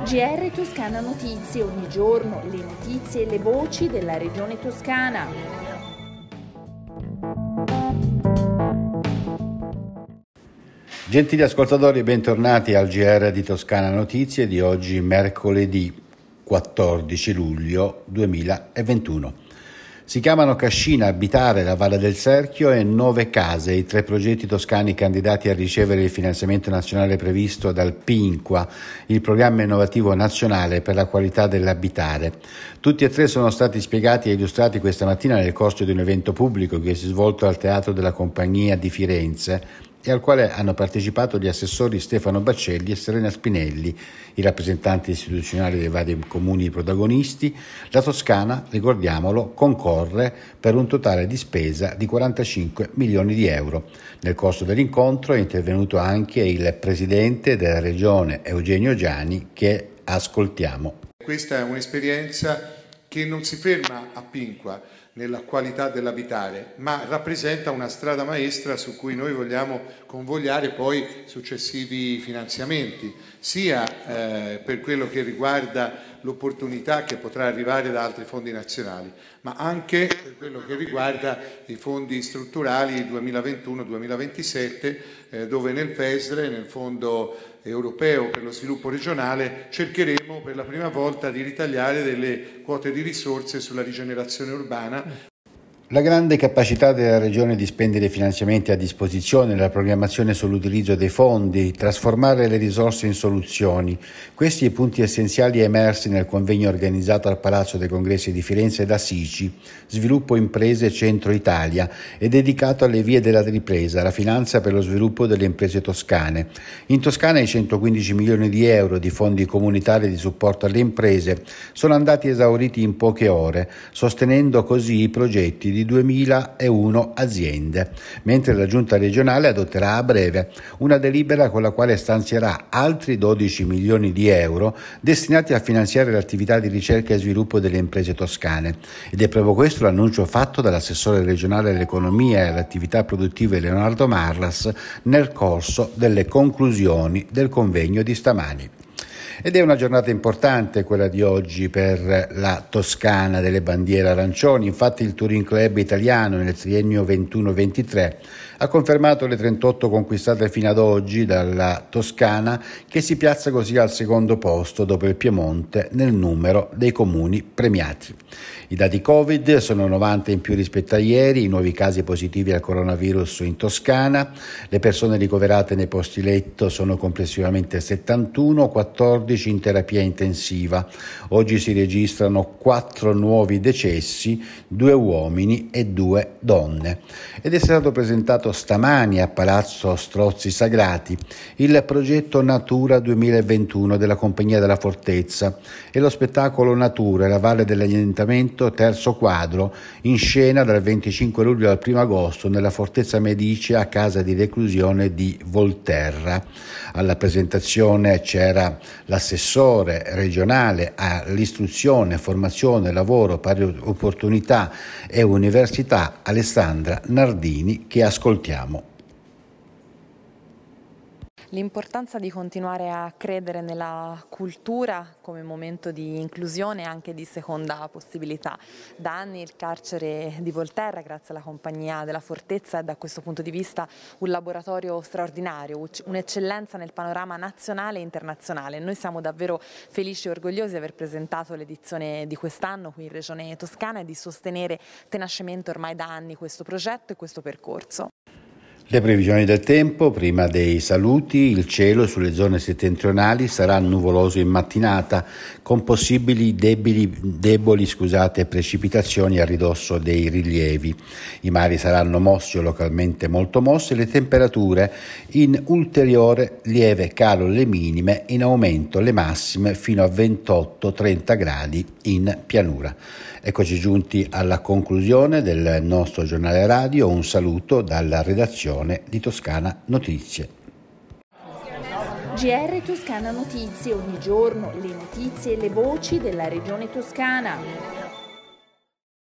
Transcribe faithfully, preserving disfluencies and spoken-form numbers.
G R Toscana Notizie, ogni giorno le notizie e le voci della regione toscana. Gentili ascoltatori, bentornati al G R di Toscana Notizie di oggi, mercoledì quattordici luglio duemilaventuno. Si chiamano Cascina, Abitare, la Valle del Serchio e Nove Case, i tre progetti toscani candidati a ricevere il finanziamento nazionale previsto dal PINQA, il Programma Innovativo Nazionale per la Qualità dell'Abitare. Tutti e tre sono stati spiegati e illustrati questa mattina nel corso di un evento pubblico che si è svolto al Teatro della Compagnia di Firenze e al quale hanno partecipato gli assessori Stefano Baccelli e Serena Spinelli, i rappresentanti istituzionali dei vari comuni protagonisti. La Toscana, ricordiamolo, concorre per un totale di spesa di quarantacinque milioni di euro. Nel corso dell'incontro è intervenuto anche il presidente della regione Eugenio Giani, che ascoltiamo. Questa è un'esperienza che non si ferma a Pinqua nella qualità dell'abitare, ma rappresenta una strada maestra su cui noi vogliamo convogliare poi successivi finanziamenti, sia eh, per quello che riguarda l'opportunità che potrà arrivare da altri fondi nazionali, ma anche per quello che riguarda i fondi strutturali duemilaventuno duemilaventisette, eh, dove nel FESRE, nel Fondo Europeo per lo Sviluppo Regionale, cercheremo per la prima volta di ritagliare delle quote di risorse sulla rigenerazione urbana. La grande capacità della Regione di spendere finanziamenti a disposizione, la programmazione sull'utilizzo dei fondi, trasformare le risorse in soluzioni. Questi i punti essenziali emersi nel convegno organizzato al Palazzo dei Congressi di Firenze da SICI, Sviluppo Imprese Centro Italia, e dedicato alle vie della ripresa, la finanza per lo sviluppo delle imprese toscane. In Toscana i centoquindici milioni di euro di fondi comunitari di supporto alle imprese sono andati esauriti in poche ore, sostenendo così i progetti di di duemilauno aziende, mentre la Giunta regionale adotterà a breve una delibera con la quale stanzierà altri dodici milioni di euro destinati a finanziare l'attività di ricerca e sviluppo delle imprese toscane. Ed è proprio questo l'annuncio fatto dall'assessore regionale all'economia e alle attività produttive Leonardo Marras nel corso delle conclusioni del convegno di stamani. Ed è una giornata importante quella di oggi per la Toscana delle bandiere arancioni. Infatti il Touring Club italiano nel triennio ventuno ventitré ha confermato le trentotto conquistate fino ad oggi dalla Toscana, che si piazza così al secondo posto dopo il Piemonte nel numero dei comuni premiati. I dati Covid sono novanta in più rispetto a ieri, i nuovi casi positivi al coronavirus in Toscana, le persone ricoverate nei posti letto sono complessivamente settantuno, quattordici in terapia intensiva. Oggi si registrano quattro nuovi decessi, due uomini e due donne. Ed è stato presentato stamani a Palazzo Strozzi Sagrati il progetto Natura duemilaventuno della Compagnia della Fortezza e lo spettacolo Natura e la Valle dell'Annientamento terzo quadro, in scena dal venticinque luglio al primo agosto nella Fortezza Medici a casa di reclusione di Volterra. Alla presentazione c'era l'assessore regionale all'istruzione, formazione, lavoro, pari opportunità e università Alessandra Nardini, che ascoltiamo. L'importanza di continuare a credere nella cultura come momento di inclusione e anche di seconda possibilità. Da anni il carcere di Volterra, grazie alla Compagnia della Fortezza, è da questo punto di vista un laboratorio straordinario, un'eccellenza nel panorama nazionale e internazionale. Noi siamo davvero felici e orgogliosi di aver presentato l'edizione di quest'anno qui in Regione Toscana e di sostenere tenacemente ormai da anni questo progetto e questo percorso. Le previsioni del tempo: prima dei saluti, il cielo sulle zone settentrionali sarà nuvoloso in mattinata, con possibili deboli, deboli scusate, precipitazioni a ridosso dei rilievi. I mari saranno mossi o localmente molto mossi e le temperature in ulteriore lieve calo le minime, in aumento le massime fino a ventotto trenta gradi in pianura. Eccoci giunti alla conclusione del nostro giornale radio. Un saluto dalla redazione di Toscana Notizie. G R Toscana Notizie, ogni giorno le notizie e le voci della regione toscana.